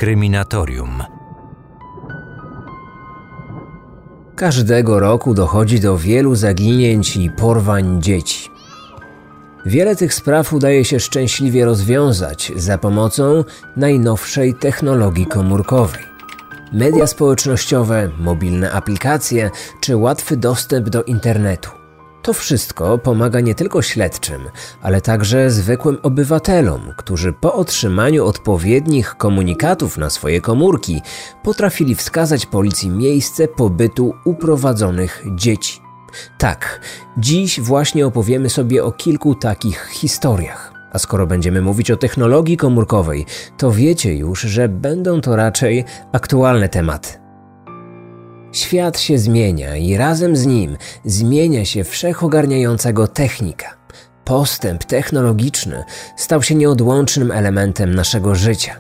Kryminatorium. Każdego roku dochodzi do wielu zaginięć i porwań dzieci. Wiele tych spraw udaje się szczęśliwie rozwiązać za pomocą najnowszej technologii komórkowej. Media społecznościowe, mobilne aplikacje czy łatwy dostęp do internetu. To wszystko pomaga nie tylko śledczym, ale także zwykłym obywatelom, którzy po otrzymaniu odpowiednich komunikatów na swoje komórki potrafili wskazać policji miejsce pobytu uprowadzonych dzieci. Tak, dziś właśnie opowiemy sobie o kilku takich historiach. A skoro będziemy mówić o technologii komórkowej, to wiecie już, że będą to raczej aktualne tematy. Świat się zmienia i razem z nim zmienia się wszechogarniająca go technika. Postęp technologiczny stał się nieodłącznym elementem naszego życia.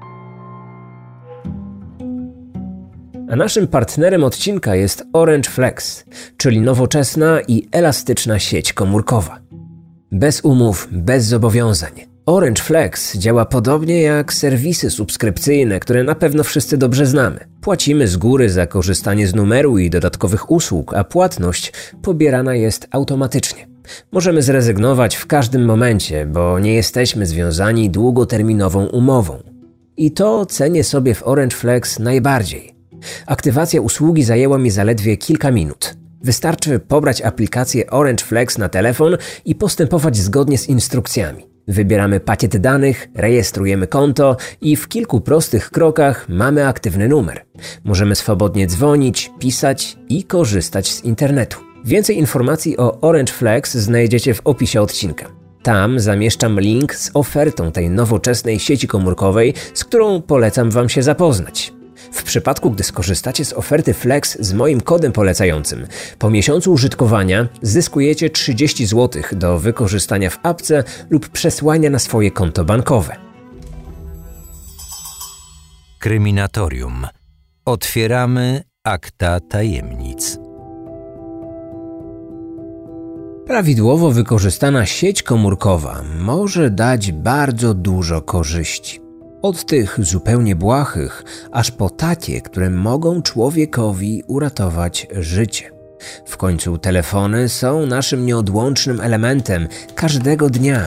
A naszym partnerem odcinka jest Orange Flex, czyli nowoczesna i elastyczna sieć komórkowa. Bez umów, bez zobowiązań. Orange Flex działa podobnie jak serwisy subskrypcyjne, które na pewno wszyscy dobrze znamy. Płacimy z góry za korzystanie z numeru i dodatkowych usług, a płatność pobierana jest automatycznie. Możemy zrezygnować w każdym momencie, bo nie jesteśmy związani długoterminową umową. I to cenię sobie w Orange Flex najbardziej. Aktywacja usługi zajęła mi zaledwie kilka minut. Wystarczy pobrać aplikację Orange Flex na telefon i postępować zgodnie z instrukcjami. Wybieramy pakiet danych, rejestrujemy konto i w kilku prostych krokach mamy aktywny numer. Możemy swobodnie dzwonić, pisać i korzystać z internetu. Więcej informacji o Orange Flex znajdziecie w opisie odcinka. Tam zamieszczam link z ofertą tej nowoczesnej sieci komórkowej, z którą polecam Wam się zapoznać. W przypadku, gdy skorzystacie z oferty Flex z moim kodem polecającym, po miesiącu użytkowania zyskujecie 30 zł do wykorzystania w apce lub przesłania na swoje konto bankowe. Kryminatorium. Otwieramy akta tajemnic. Prawidłowo wykorzystana sieć komórkowa może dać bardzo dużo korzyści. Od tych zupełnie błahych, aż po takie, które mogą człowiekowi uratować życie. W końcu telefony są naszym nieodłącznym elementem każdego dnia.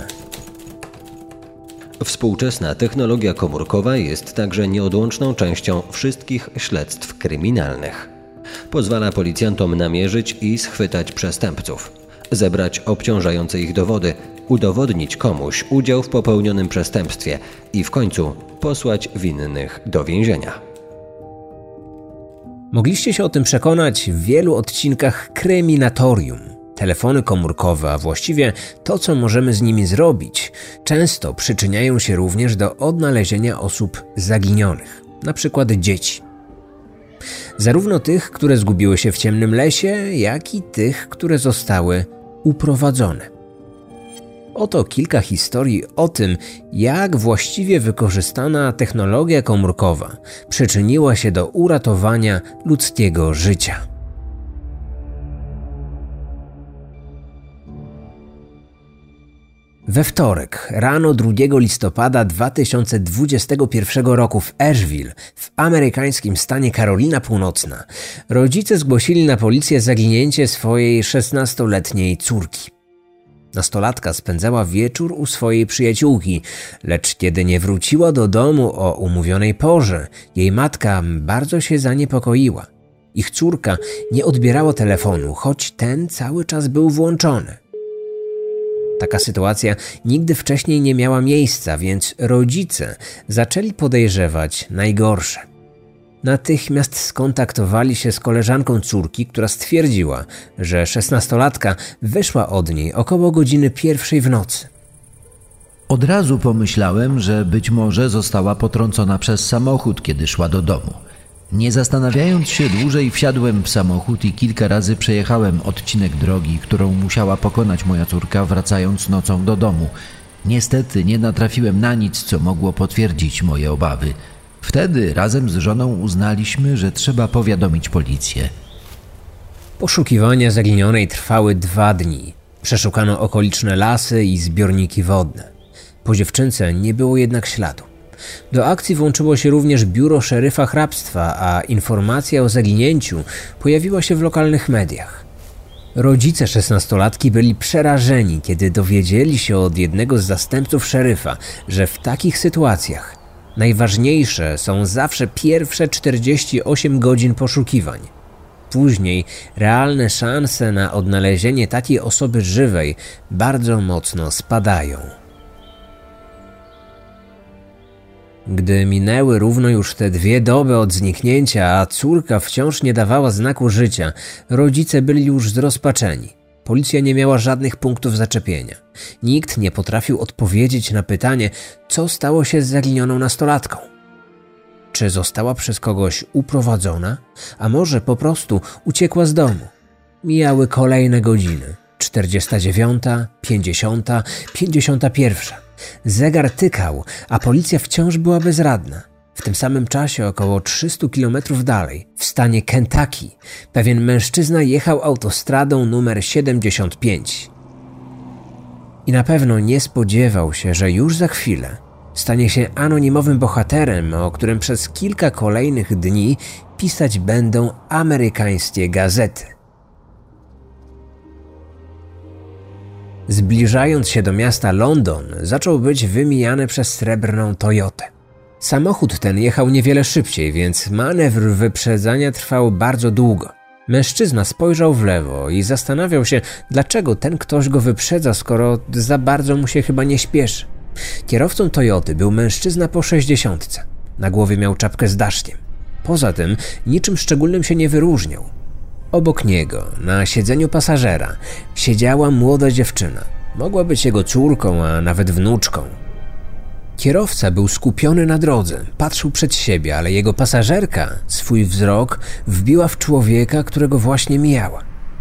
Współczesna technologia komórkowa jest także nieodłączną częścią wszystkich śledztw kryminalnych. Pozwala policjantom namierzyć i schwytać przestępców, zebrać obciążające ich dowody, udowodnić komuś udział w popełnionym przestępstwie i w końcu posłać winnych do więzienia. Mogliście się o tym przekonać w wielu odcinkach Kryminatorium. Telefony komórkowe, a właściwie to, co możemy z nimi zrobić, często przyczyniają się również do odnalezienia osób zaginionych, na przykład dzieci. Zarówno tych, które zgubiły się w ciemnym lesie, jak i tych, które zostały uprowadzone. Oto kilka historii o tym, jak właściwie wykorzystana technologia komórkowa przyczyniła się do uratowania ludzkiego życia. We wtorek, rano 2 listopada 2021 roku w Asheville, w amerykańskim stanie Karolina Północna, rodzice zgłosili na policję zaginięcie swojej 16-letniej córki. Nastolatka spędzała wieczór u swojej przyjaciółki, lecz kiedy nie wróciła do domu o umówionej porze, jej matka bardzo się zaniepokoiła. Ich córka nie odbierała telefonu, choć ten cały czas był włączony. Taka sytuacja nigdy wcześniej nie miała miejsca, więc rodzice zaczęli podejrzewać najgorsze. Natychmiast skontaktowali się z koleżanką córki, która stwierdziła, że 16-latka wyszła od niej około godziny 1 w nocy. Od razu pomyślałem, że być może została potrącona przez samochód, kiedy szła do domu. Nie zastanawiając się dłużej, wsiadłem w samochód i kilka razy przejechałem odcinek drogi, którą musiała pokonać moja córka, wracając nocą do domu. Niestety nie natrafiłem na nic, co mogło potwierdzić moje obawy. Wtedy razem z żoną uznaliśmy, że trzeba powiadomić policję. Poszukiwania zaginionej trwały 2 dni. Przeszukano okoliczne lasy i zbiorniki wodne. Po dziewczynce nie było jednak śladu. Do akcji włączyło się również biuro szeryfa hrabstwa, a informacja o zaginięciu pojawiła się w lokalnych mediach. Rodzice 16-latki byli przerażeni, kiedy dowiedzieli się od jednego z zastępców szeryfa, że w takich sytuacjach najważniejsze są zawsze pierwsze 48 godzin poszukiwań. Później realne szanse na odnalezienie takiej osoby żywej bardzo mocno spadają. Gdy minęły równo już te 2 doby od zniknięcia, a córka wciąż nie dawała znaku życia, rodzice byli już zrozpaczeni. Policja nie miała żadnych punktów zaczepienia. Nikt nie potrafił odpowiedzieć na pytanie, co stało się z zaginioną nastolatką. Czy została przez kogoś uprowadzona, a może po prostu uciekła z domu? Mijały kolejne godziny. 49, 50, 51. Zegar tykał, a policja wciąż była bezradna. W tym samym czasie, około 300 km dalej, w stanie Kentucky, pewien mężczyzna jechał autostradą numer 75. I na pewno nie spodziewał się, że już za chwilę stanie się anonimowym bohaterem, o którym przez kilka kolejnych dni pisać będą amerykańskie gazety. Zbliżając się do miasta London, zaczął być wymijany przez srebrną Toyotę. Samochód ten jechał niewiele szybciej, więc manewr wyprzedzania trwał bardzo długo. Mężczyzna spojrzał w lewo i zastanawiał się, dlaczego ten ktoś go wyprzedza, skoro za bardzo mu się chyba nie śpieszy. Kierowcą Toyoty był mężczyzna po 60. Na głowie miał czapkę z daszkiem. Poza tym niczym szczególnym się nie wyróżniał. Obok niego, na siedzeniu pasażera, siedziała młoda dziewczyna. Mogła być jego córką, a nawet wnuczką. Kierowca był skupiony na drodze, patrzył przed siebie, ale jego pasażerka swój wzrok wbiła w człowieka, którego właśnie mijała.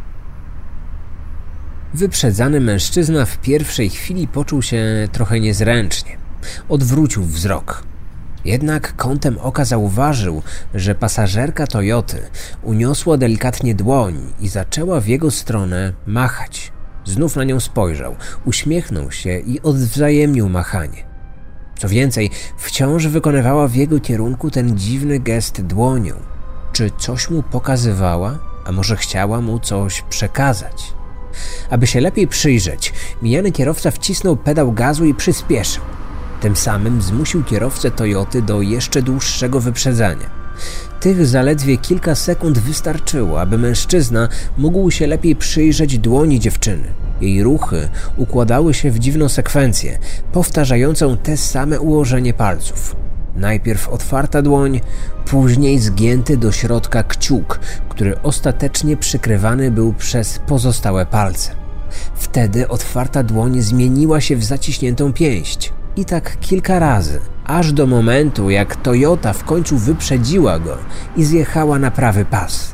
Wyprzedzany mężczyzna w pierwszej chwili poczuł się trochę niezręcznie. Odwrócił wzrok. Jednak kątem oka zauważył, że pasażerka Toyoty uniosła delikatnie dłoń i zaczęła w jego stronę machać. Znów na nią spojrzał, uśmiechnął się i odwzajemnił machanie. Co więcej, wciąż wykonywała w jego kierunku ten dziwny gest dłonią. Czy coś mu pokazywała, a może chciała mu coś przekazać? Aby się lepiej przyjrzeć, mijany kierowca wcisnął pedał gazu i przyspieszył. Tym samym zmusił kierowcę Toyoty do jeszcze dłuższego wyprzedzania. Tych zaledwie kilka sekund wystarczyło, aby mężczyzna mógł się lepiej przyjrzeć dłoni dziewczyny. Jej ruchy układały się w dziwną sekwencję, powtarzającą te same ułożenie palców. Najpierw otwarta dłoń, później zgięty do środka kciuk, który ostatecznie przykrywany był przez pozostałe palce. Wtedy otwarta dłoń zmieniła się w zaciśniętą pięść. I tak kilka razy, aż do momentu, jak Toyota w końcu wyprzedziła go i zjechała na prawy pas.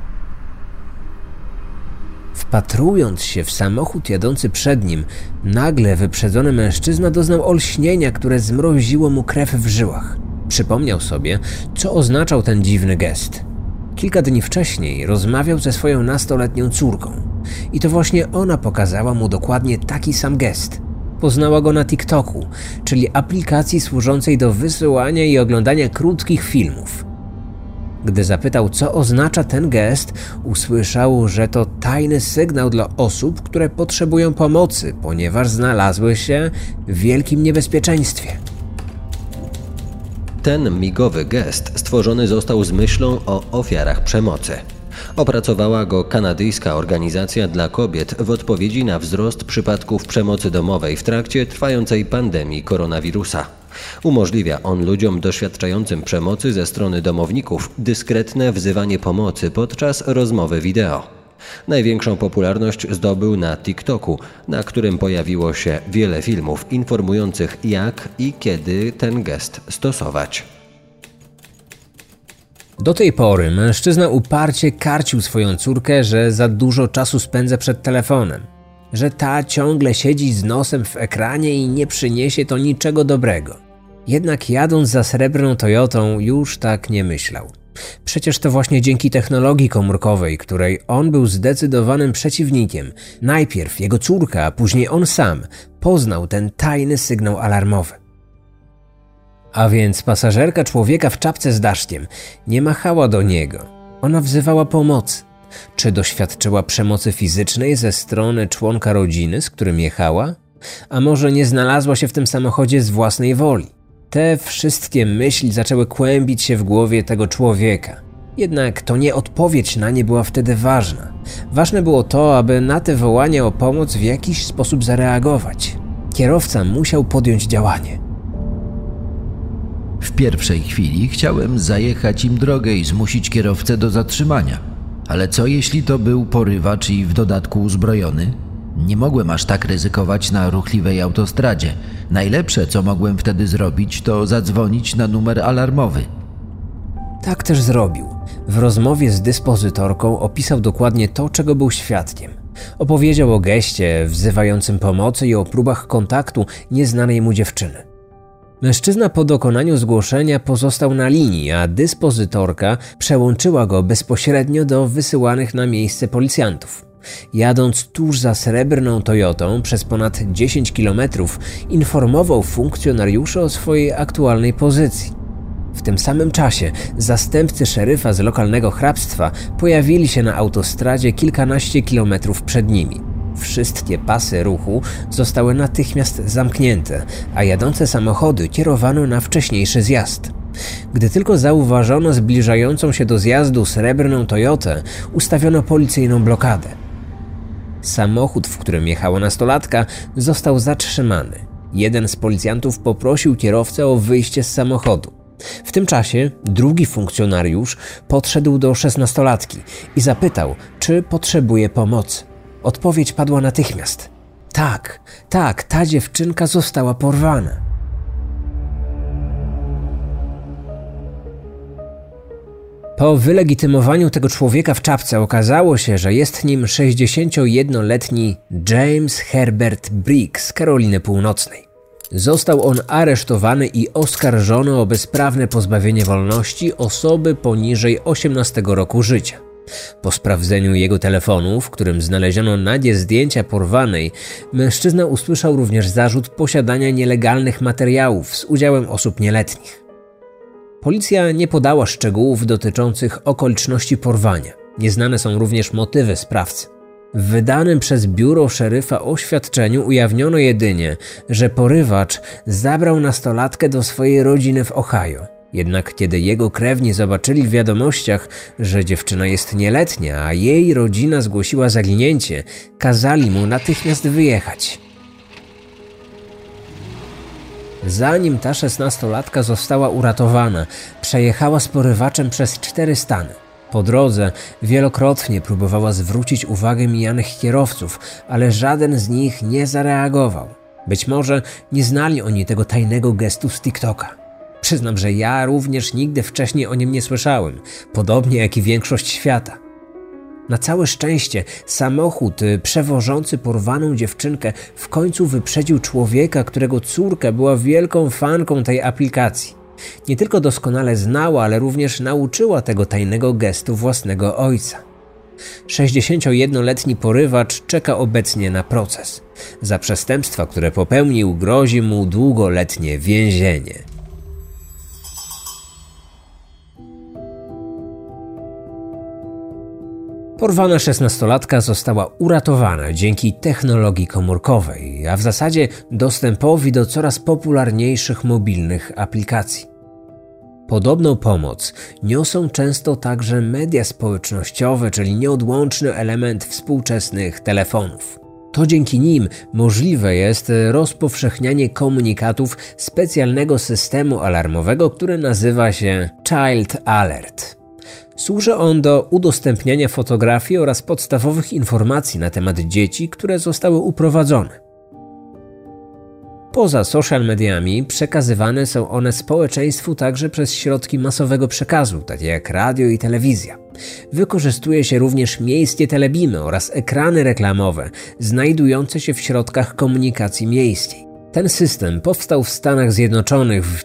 Wpatrując się w samochód jadący przed nim, nagle wyprzedzony mężczyzna doznał olśnienia, które zmroziło mu krew w żyłach. Przypomniał sobie, co oznaczał ten dziwny gest. Kilka dni wcześniej rozmawiał ze swoją nastoletnią córką i to właśnie ona pokazała mu dokładnie taki sam gest. Poznała go na TikToku, czyli aplikacji służącej do wysyłania i oglądania krótkich filmów. Gdy zapytał, co oznacza ten gest, usłyszał, że to tajny sygnał dla osób, które potrzebują pomocy, ponieważ znalazły się w wielkim niebezpieczeństwie. Ten migowy gest stworzony został z myślą o ofiarach przemocy. Opracowała go kanadyjska organizacja dla kobiet w odpowiedzi na wzrost przypadków przemocy domowej w trakcie trwającej pandemii koronawirusa. Umożliwia on ludziom doświadczającym przemocy ze strony domowników dyskretne wzywanie pomocy podczas rozmowy wideo. Największą popularność zdobył na TikToku, na którym pojawiło się wiele filmów informujących, jak i kiedy ten gest stosować. Do tej pory mężczyzna uparcie karcił swoją córkę, że za dużo czasu spędza przed telefonem, że ta ciągle siedzi z nosem w ekranie i nie przyniesie to niczego dobrego. Jednak jadąc za srebrną Toyotą już tak nie myślał. Przecież to właśnie dzięki technologii komórkowej, której on był zdecydowanym przeciwnikiem, najpierw jego córka, a później on sam poznał ten tajny sygnał alarmowy. A więc pasażerka człowieka w czapce z daszkiem nie machała do niego. Ona wzywała pomocy. Czy doświadczyła przemocy fizycznej ze strony członka rodziny, z którym jechała? A może nie znalazła się w tym samochodzie z własnej woli? Te wszystkie myśli zaczęły kłębić się w głowie tego człowieka. Jednak to nie odpowiedź na nie była wtedy ważna. Ważne było to, aby na te wołania o pomoc w jakiś sposób zareagować. Kierowca musiał podjąć działanie. W pierwszej chwili chciałem zajechać im drogę i zmusić kierowcę do zatrzymania. Ale co jeśli to był porywacz i w dodatku uzbrojony? Nie mogłem aż tak ryzykować na ruchliwej autostradzie. Najlepsze, co mogłem wtedy zrobić, to zadzwonić na numer alarmowy. Tak też zrobił. W rozmowie z dyspozytorką opisał dokładnie to, czego był świadkiem. Opowiedział o geście wzywającym pomocy i o próbach kontaktu nieznanej mu dziewczyny. Mężczyzna po dokonaniu zgłoszenia pozostał na linii, a dyspozytorka przełączyła go bezpośrednio do wysyłanych na miejsce policjantów. Jadąc tuż za srebrną Toyotą przez ponad 10 km, informował funkcjonariuszy o swojej aktualnej pozycji. W tym samym czasie zastępcy szeryfa z lokalnego hrabstwa pojawili się na autostradzie kilkanaście kilometrów przed nimi. Wszystkie pasy ruchu zostały natychmiast zamknięte, a jadące samochody kierowano na wcześniejszy zjazd. Gdy tylko zauważono zbliżającą się do zjazdu srebrną Toyotę, ustawiono policyjną blokadę. Samochód, w którym jechała nastolatka, został zatrzymany. Jeden z policjantów poprosił kierowcę o wyjście z samochodu. W tym czasie drugi funkcjonariusz podszedł do 16-latki i zapytał, czy potrzebuje pomocy. Odpowiedź padła natychmiast. Tak, ta dziewczynka została porwana. Po wylegitymowaniu tego człowieka w czapce okazało się, że jest nim 61-letni James Herbert Briggs z Karoliny Północnej. Został on aresztowany i oskarżony o bezprawne pozbawienie wolności osoby poniżej 18 roku życia. Po sprawdzeniu jego telefonu, w którym znaleziono nagie zdjęcia porwanej, mężczyzna usłyszał również zarzut posiadania nielegalnych materiałów z udziałem osób nieletnich. Policja nie podała szczegółów dotyczących okoliczności porwania. Nieznane są również motywy sprawcy. W wydanym przez biuro szeryfa oświadczeniu ujawniono jedynie, że porywacz zabrał nastolatkę do swojej rodziny w Ohio. Jednak kiedy jego krewni zobaczyli w wiadomościach, że dziewczyna jest nieletnia, a jej rodzina zgłosiła zaginięcie, kazali mu natychmiast wyjechać. Zanim ta 16-latka została uratowana, przejechała z porywaczem przez 4 stany. Po drodze wielokrotnie próbowała zwrócić uwagę mijanych kierowców, ale żaden z nich nie zareagował. Być może nie znali oni tego tajnego gestu z TikToka. Przyznam, że ja również nigdy wcześniej o nim nie słyszałem, podobnie jak i większość świata. Na całe szczęście samochód przewożący porwaną dziewczynkę w końcu wyprzedził człowieka, którego córka była wielką fanką tej aplikacji. Nie tylko doskonale znała, ale również nauczyła tego tajnego gestu własnego ojca. 61-letni porywacz czeka obecnie na proces. Za przestępstwa, które popełnił, grozi mu długoletnie więzienie. Porwana 16-latka została uratowana dzięki technologii komórkowej, a w zasadzie dostępowi do coraz popularniejszych mobilnych aplikacji. Podobną pomoc niosą często także media społecznościowe, czyli nieodłączny element współczesnych telefonów. To dzięki nim możliwe jest rozpowszechnianie komunikatów specjalnego systemu alarmowego, który nazywa się Child Alert. Służy on do udostępniania fotografii oraz podstawowych informacji na temat dzieci, które zostały uprowadzone. Poza social mediami przekazywane są one społeczeństwu także przez środki masowego przekazu, takie jak radio i telewizja. Wykorzystuje się również miejskie telebimy oraz ekrany reklamowe znajdujące się w środkach komunikacji miejskiej. Ten system powstał w Stanach Zjednoczonych w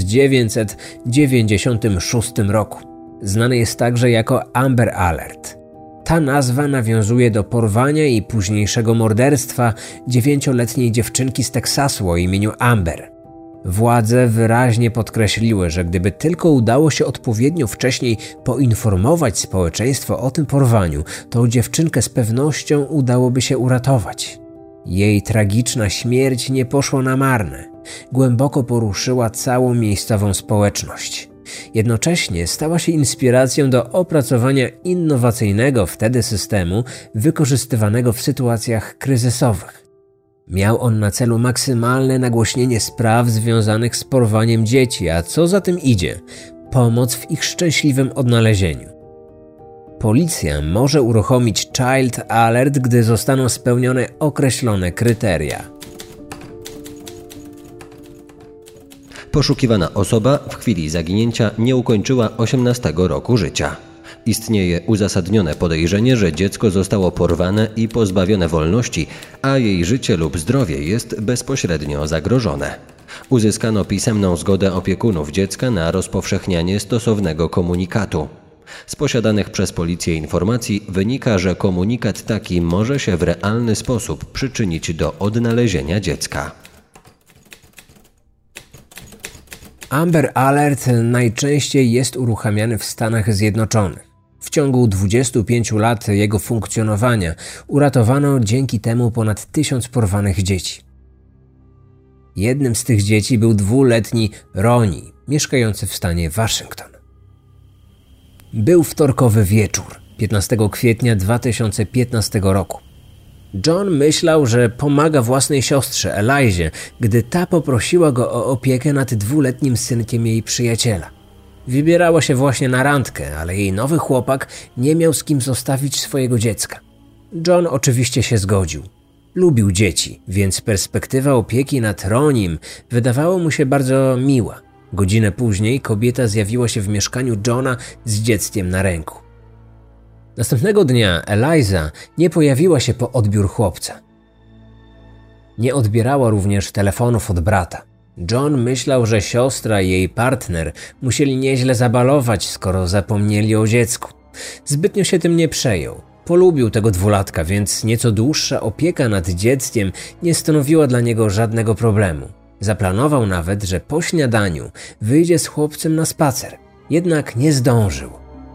1996 roku. Znany jest także jako Amber Alert. Ta nazwa nawiązuje do porwania i późniejszego morderstwa 9-letniej dziewczynki z Teksasu o imieniu Amber. Władze wyraźnie podkreśliły, że gdyby tylko udało się odpowiednio wcześniej poinformować społeczeństwo o tym porwaniu, to dziewczynkę z pewnością udałoby się uratować. Jej tragiczna śmierć nie poszła na marne. Głęboko poruszyła całą miejscową społeczność. Jednocześnie stała się inspiracją do opracowania innowacyjnego wtedy systemu wykorzystywanego w sytuacjach kryzysowych. Miał on na celu maksymalne nagłośnienie spraw związanych z porwaniem dzieci, a co za tym idzie, pomoc w ich szczęśliwym odnalezieniu. Policja może uruchomić Child Alert, gdy zostaną spełnione określone kryteria. Poszukiwana osoba w chwili zaginięcia nie ukończyła 18 roku życia. Istnieje uzasadnione podejrzenie, że dziecko zostało porwane i pozbawione wolności, a jej życie lub zdrowie jest bezpośrednio zagrożone. Uzyskano pisemną zgodę opiekunów dziecka na rozpowszechnianie stosownego komunikatu. Z posiadanych przez policję informacji wynika, że komunikat taki może się w realny sposób przyczynić do odnalezienia dziecka. Amber Alert najczęściej jest uruchamiany w Stanach Zjednoczonych. W ciągu 25 lat jego funkcjonowania uratowano dzięki temu ponad 1000 porwanych dzieci. Jednym z tych dzieci był 2-letni Ronnie, mieszkający w stanie Waszyngton. Był wtorkowy wieczór, 15 kwietnia 2015 roku. John myślał, że pomaga własnej siostrze Elizie, gdy ta poprosiła go o opiekę nad 2-letnim synkiem jej przyjaciela. Wybierała się właśnie na randkę, ale jej nowy chłopak nie miał z kim zostawić swojego dziecka. John oczywiście się zgodził. Lubił dzieci, więc perspektywa opieki nad Ronnim wydawała mu się bardzo miła. Godzinę później kobieta zjawiła się w mieszkaniu Johna z dzieckiem na ręku. Następnego dnia Eliza nie pojawiła się po odbiór chłopca. Nie odbierała również telefonów od brata. John myślał, że siostra i jej partner musieli nieźle zabalować, skoro zapomnieli o dziecku. Zbytnio się tym nie przejął. Polubił tego 2-latka, więc nieco dłuższa opieka nad dzieckiem nie stanowiła dla niego żadnego problemu. Zaplanował nawet, że po śniadaniu wyjdzie z chłopcem na spacer. Jednak nie zdążył.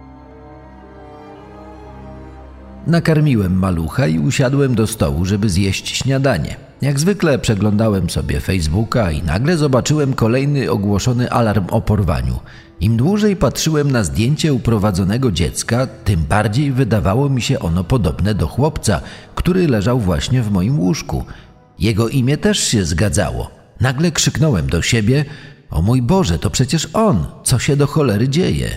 Nakarmiłem malucha i usiadłem do stołu, żeby zjeść śniadanie. Jak zwykle przeglądałem sobie Facebooka i nagle zobaczyłem kolejny ogłoszony alarm o porwaniu. Im dłużej patrzyłem na zdjęcie uprowadzonego dziecka, tym bardziej wydawało mi się ono podobne do chłopca, który leżał właśnie w moim łóżku. Jego imię też się zgadzało. Nagle krzyknąłem do siebie: o mój Boże, to przecież on! Co się do cholery dzieje?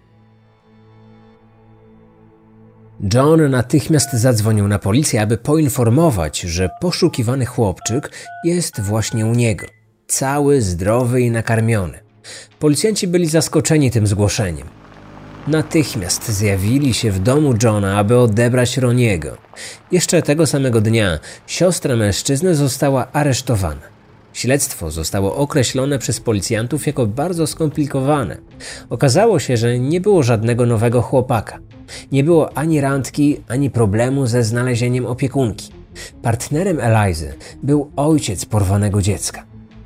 John natychmiast zadzwonił na policję, aby poinformować, że poszukiwany chłopczyk jest właśnie u niego. Cały, zdrowy i nakarmiony. Policjanci byli zaskoczeni tym zgłoszeniem. Natychmiast zjawili się w domu Johna, aby odebrać Ronniego. Jeszcze tego samego dnia siostra mężczyzny została aresztowana. Śledztwo zostało określone przez policjantów jako bardzo skomplikowane. Okazało się, że nie było żadnego nowego chłopaka. Nie było ani randki, ani problemu ze znalezieniem opiekunki. Partnerem Elizy był ojciec porwanego dziecka.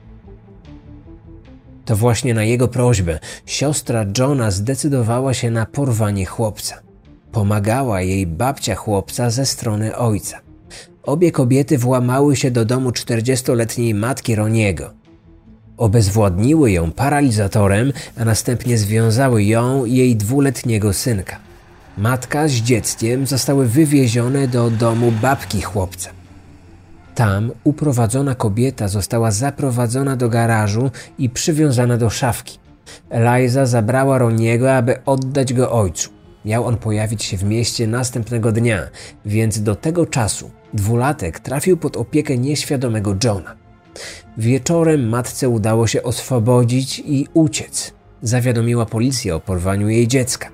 To właśnie na jego prośbę siostra Johna zdecydowała się na porwanie chłopca. Pomagała jej babcia chłopca ze strony ojca. Obie kobiety włamały się do domu 40-letniej matki Ronniego. Obezwładniły ją paralizatorem, a następnie związały ją i jej 2-letniego synka. Matka z dzieckiem zostały wywiezione do domu babki chłopca. Tam uprowadzona kobieta została zaprowadzona do garażu i przywiązana do szafki. Eliza zabrała Ronniego, aby oddać go ojcu. Miał on pojawić się w mieście następnego dnia, więc do tego czasu 2-latek trafił pod opiekę nieświadomego Johna. Wieczorem matce udało się oswobodzić i uciec. Zawiadomiła policję o porwaniu jej dziecka.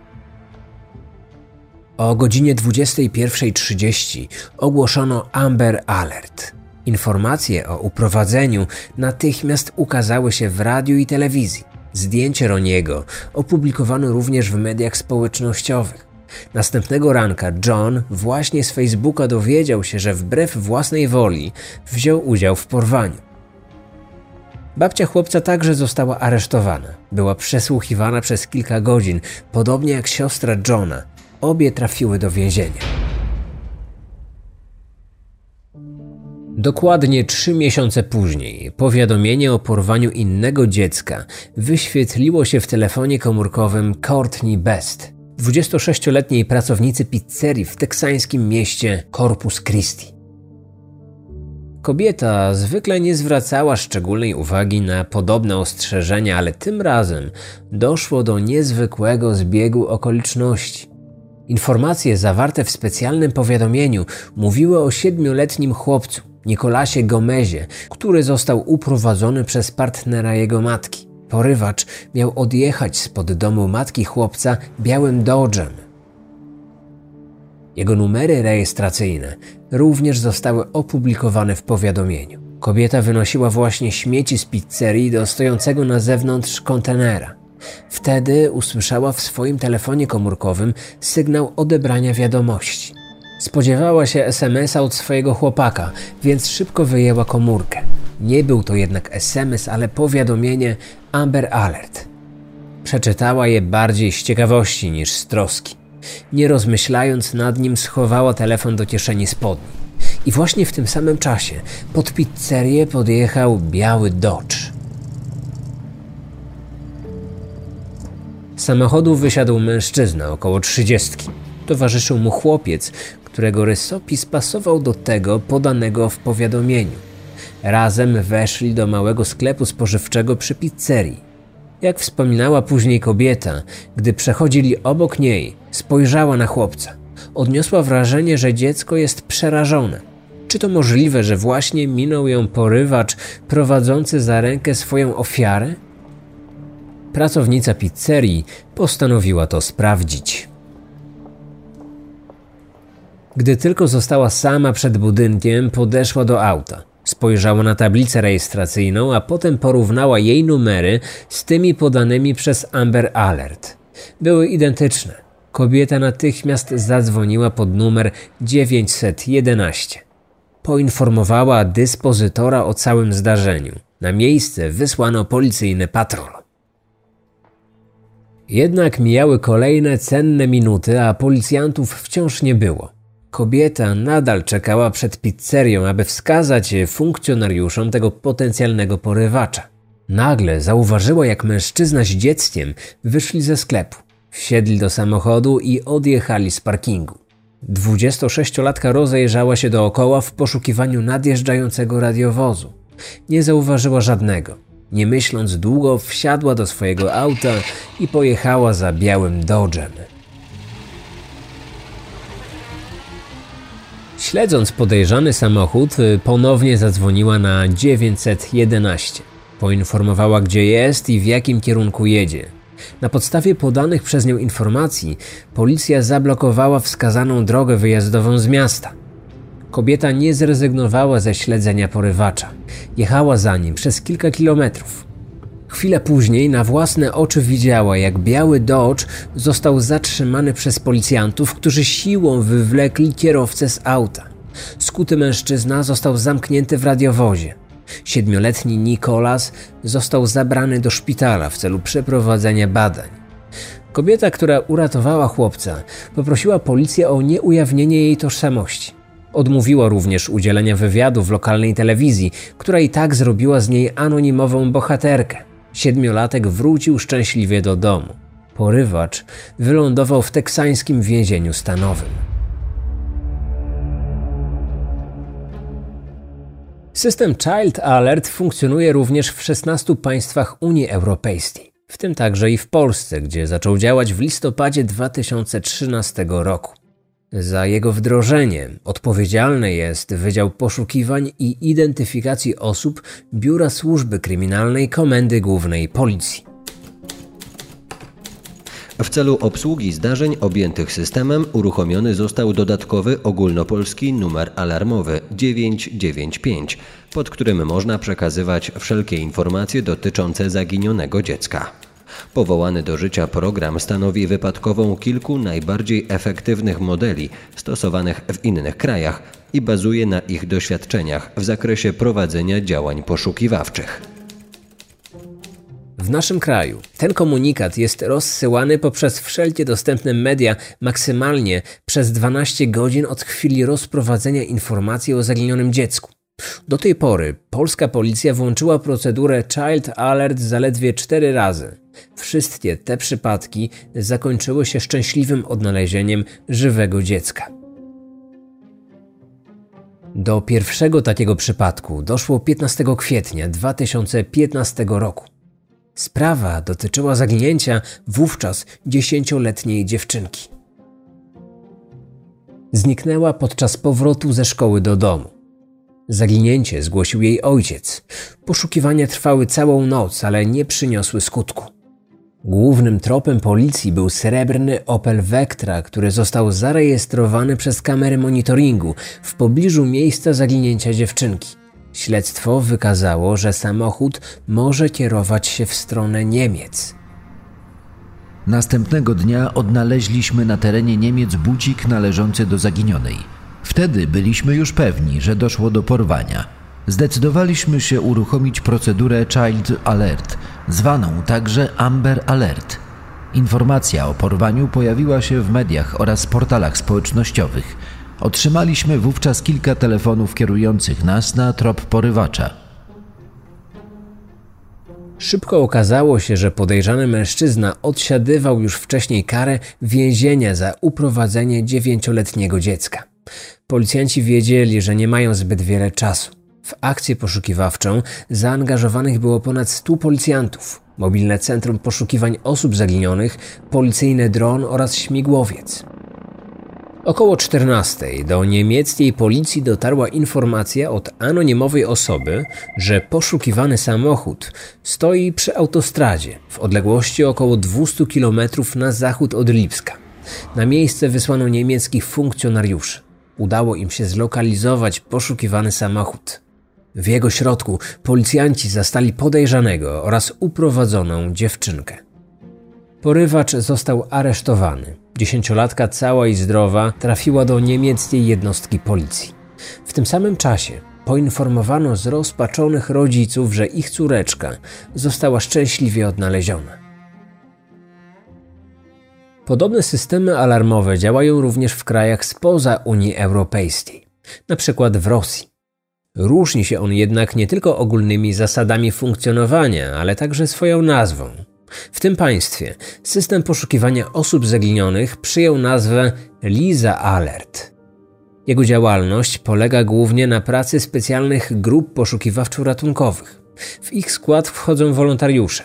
O godzinie 21:30 ogłoszono Amber Alert. Informacje o uprowadzeniu natychmiast ukazały się w radiu i telewizji. Zdjęcie Ronniego opublikowano również w mediach społecznościowych. Następnego ranka John właśnie z Facebooka dowiedział się, że wbrew własnej woli wziął udział w porwaniu. Babcia chłopca także została aresztowana. Była przesłuchiwana przez kilka godzin, podobnie jak siostra Johna. Obie trafiły do więzienia. Dokładnie 3 miesiące później powiadomienie o porwaniu innego dziecka wyświetliło się w telefonie komórkowym Courtney Best, 26-letniej pracownicy pizzerii w teksańskim mieście Corpus Christi. Kobieta zwykle nie zwracała szczególnej uwagi na podobne ostrzeżenia, ale tym razem doszło do niezwykłego zbiegu okoliczności. Informacje zawarte w specjalnym powiadomieniu mówiły o 7-letnim chłopcu, Nicolasie Gomezie, który został uprowadzony przez partnera jego matki. Porywacz miał odjechać spod domu matki chłopca białym Dodge'em. Jego numery rejestracyjne również zostały opublikowane w powiadomieniu. Kobieta wynosiła właśnie śmieci z pizzerii do stojącego na zewnątrz kontenera. Wtedy usłyszała w swoim telefonie komórkowym sygnał odebrania wiadomości. Spodziewała się SMS-a od swojego chłopaka, więc szybko wyjęła komórkę. Nie był to jednak SMS, ale powiadomienie Amber Alert. Przeczytała je bardziej z ciekawości niż z troski. Nie rozmyślając nad nim, schowała telefon do kieszeni spodni. I właśnie w tym samym czasie pod pizzerię podjechał biały Dodge. Z samochodu wysiadł mężczyzna około 30. Towarzyszył mu chłopiec, którego rysopis pasował do tego podanego w powiadomieniu. Razem weszli do małego sklepu spożywczego przy pizzerii. Jak wspominała później kobieta, gdy przechodzili obok niej, spojrzała na chłopca. Odniosła wrażenie, że dziecko jest przerażone. Czy to możliwe, że właśnie minął ją porywacz prowadzący za rękę swoją ofiarę? Pracownica pizzerii postanowiła to sprawdzić. Gdy tylko została sama przed budynkiem, podeszła do auta. Spojrzała na tablicę rejestracyjną, a potem porównała jej numery z tymi podanymi przez Amber Alert. Były identyczne. Kobieta natychmiast zadzwoniła pod numer 911. Poinformowała dyspozytora o całym zdarzeniu. Na miejsce wysłano policyjny patrol. Jednak mijały kolejne cenne minuty, a policjantów wciąż nie było. Kobieta nadal czekała przed pizzerią, aby wskazać funkcjonariuszom tego potencjalnego porywacza. Nagle zauważyła, jak mężczyzna z dzieckiem wyszli ze sklepu. Wsiedli do samochodu i odjechali z parkingu. 26-latka rozejrzała się dookoła w poszukiwaniu nadjeżdżającego radiowozu. Nie zauważyła żadnego. Nie myśląc długo, wsiadła do swojego auta i pojechała za białym Dodge'em. Śledząc podejrzany samochód, ponownie zadzwoniła na 911. Poinformowała, gdzie jest i w jakim kierunku jedzie. Na podstawie podanych przez nią informacji policja zablokowała wskazaną drogę wyjazdową z miasta. Kobieta nie zrezygnowała ze śledzenia porywacza. Jechała za nim przez kilka kilometrów. Chwilę później na własne oczy widziała, jak biały Dodge został zatrzymany przez policjantów, którzy siłą wywlekli kierowcę z auta. Skuty mężczyzna został zamknięty w radiowozie. 7-letni Nicolas został zabrany do szpitala w celu przeprowadzenia badań. Kobieta, która uratowała chłopca, poprosiła policję o nieujawnienie jej tożsamości. Odmówiła również udzielenia wywiadu w lokalnej telewizji, która i tak zrobiła z niej anonimową bohaterkę. 7-latek wrócił szczęśliwie do domu. Porywacz wylądował w teksańskim więzieniu stanowym. System Child Alert funkcjonuje również w 16 państwach Unii Europejskiej, w tym także i w Polsce, gdzie zaczął działać w listopadzie 2013 roku. Za jego wdrożenie odpowiedzialny jest Wydział Poszukiwań i Identyfikacji Osób Biura Służby Kryminalnej Komendy Głównej Policji. W celu obsługi zdarzeń objętych systemem uruchomiony został dodatkowy ogólnopolski numer alarmowy 995, pod którym można przekazywać wszelkie informacje dotyczące zaginionego dziecka. Powołany do życia program stanowi wypadkową kilku najbardziej efektywnych modeli stosowanych w innych krajach i bazuje na ich doświadczeniach w zakresie prowadzenia działań poszukiwawczych. W naszym kraju ten komunikat jest rozsyłany poprzez wszelkie dostępne media maksymalnie przez 12 godzin od chwili rozprowadzenia informacji o zaginionym dziecku. Do tej pory polska policja włączyła procedurę Child Alert zaledwie 4 razy. Wszystkie te przypadki zakończyły się szczęśliwym odnalezieniem żywego dziecka. Do pierwszego takiego przypadku doszło 15 kwietnia 2015 roku. Sprawa dotyczyła zaginięcia wówczas 10-letniej dziewczynki. Zniknęła podczas powrotu ze szkoły do domu. Zaginięcie zgłosił jej ojciec. Poszukiwania trwały całą noc, ale nie przyniosły skutku. Głównym tropem policji był srebrny Opel Vectra, który został zarejestrowany przez kamery monitoringu w pobliżu miejsca zaginięcia dziewczynki. Śledztwo wykazało, że samochód może kierować się w stronę Niemiec. Następnego dnia odnaleźliśmy na terenie Niemiec budzik należący do zaginionej. Wtedy byliśmy już pewni, że doszło do porwania. Zdecydowaliśmy się uruchomić procedurę Child Alert, zwaną także Amber Alert. Informacja o porwaniu pojawiła się w mediach oraz portalach społecznościowych. Otrzymaliśmy wówczas kilka telefonów kierujących nas na trop porywacza. Szybko okazało się, że podejrzany mężczyzna odsiadywał już wcześniej karę więzienia za uprowadzenie 9-letniego dziecka. Policjanci wiedzieli, że nie mają zbyt wiele czasu. W akcję poszukiwawczą zaangażowanych było ponad 100 policjantów, mobilne centrum poszukiwań osób zaginionych, policyjny dron oraz śmigłowiec. Około 14:00 do niemieckiej policji dotarła informacja od anonimowej osoby, że poszukiwany samochód stoi przy autostradzie w odległości około 200 km na zachód od Lipska. Na miejsce wysłano niemieckich funkcjonariuszy. Udało im się zlokalizować poszukiwany samochód. W jego środku policjanci zastali podejrzanego oraz uprowadzoną dziewczynkę. Porywacz został aresztowany. 10-latka cała i zdrowa trafiła do niemieckiej jednostki policji. W tym samym czasie poinformowano zrozpaczonych rodziców, że ich córeczka została szczęśliwie odnaleziona. Podobne systemy alarmowe działają również w krajach spoza Unii Europejskiej, np. w Rosji. Różni się on jednak nie tylko ogólnymi zasadami funkcjonowania, ale także swoją nazwą. W tym państwie system poszukiwania osób zaginionych przyjął nazwę Lisa Alert. Jego działalność polega głównie na pracy specjalnych grup poszukiwawczo-ratunkowych. W ich skład wchodzą wolontariusze.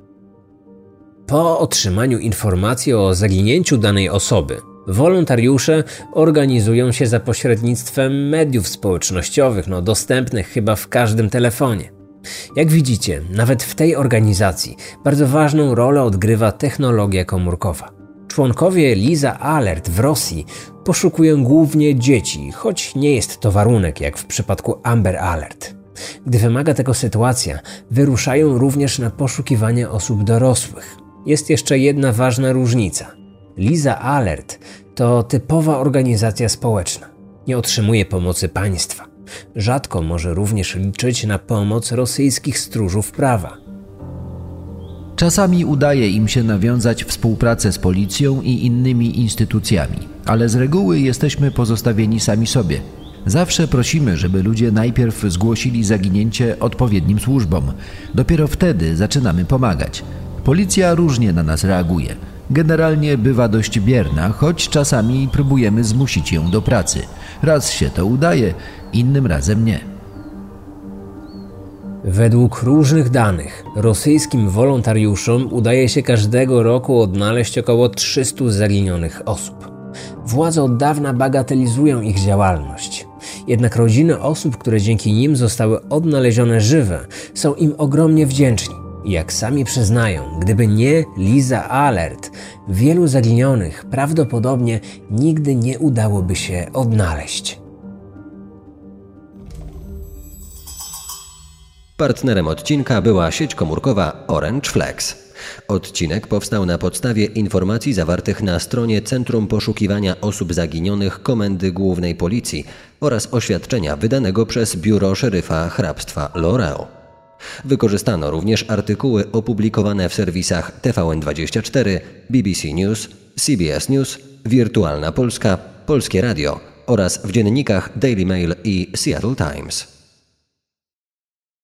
Po otrzymaniu informacji o zaginięciu danej osoby, wolontariusze organizują się za pośrednictwem mediów społecznościowych, dostępnych chyba w każdym telefonie. Jak widzicie, nawet w tej organizacji bardzo ważną rolę odgrywa technologia komórkowa. Członkowie Lisa Alert w Rosji poszukują głównie dzieci, choć nie jest to warunek jak w przypadku Amber Alert. Gdy wymaga tego sytuacja, wyruszają również na poszukiwanie osób dorosłych. Jest jeszcze jedna ważna różnica. Lisa Alert to typowa organizacja społeczna. Nie otrzymuje pomocy państwa. Rzadko może również liczyć na pomoc rosyjskich stróżów prawa. Czasami udaje im się nawiązać współpracę z policją i innymi instytucjami, ale z reguły jesteśmy pozostawieni sami sobie. Zawsze prosimy, żeby ludzie najpierw zgłosili zaginięcie odpowiednim służbom. Dopiero wtedy zaczynamy pomagać. Policja różnie na nas reaguje. Generalnie bywa dość bierna, choć czasami próbujemy zmusić ją do pracy. Raz się to udaje, innym razem nie. Według różnych danych rosyjskim wolontariuszom udaje się każdego roku odnaleźć około 300 zaginionych osób. Władze od dawna bagatelizują ich działalność. Jednak rodziny osób, które dzięki nim zostały odnalezione żywe, są im ogromnie wdzięczni. I jak sami przyznają, gdyby nie Lisa Alert, wielu zaginionych prawdopodobnie nigdy nie udałoby się odnaleźć. Partnerem odcinka była sieć komórkowa Orange Flex. Odcinek powstał na podstawie informacji zawartych na stronie Centrum Poszukiwania Osób Zaginionych Komendy Głównej Policji oraz oświadczenia wydanego przez Biuro Szeryfa Hrabstwa Loreo. Wykorzystano również artykuły opublikowane w serwisach TVN24, BBC News, CBS News, Wirtualna Polska, Polskie Radio oraz w dziennikach Daily Mail i Seattle Times.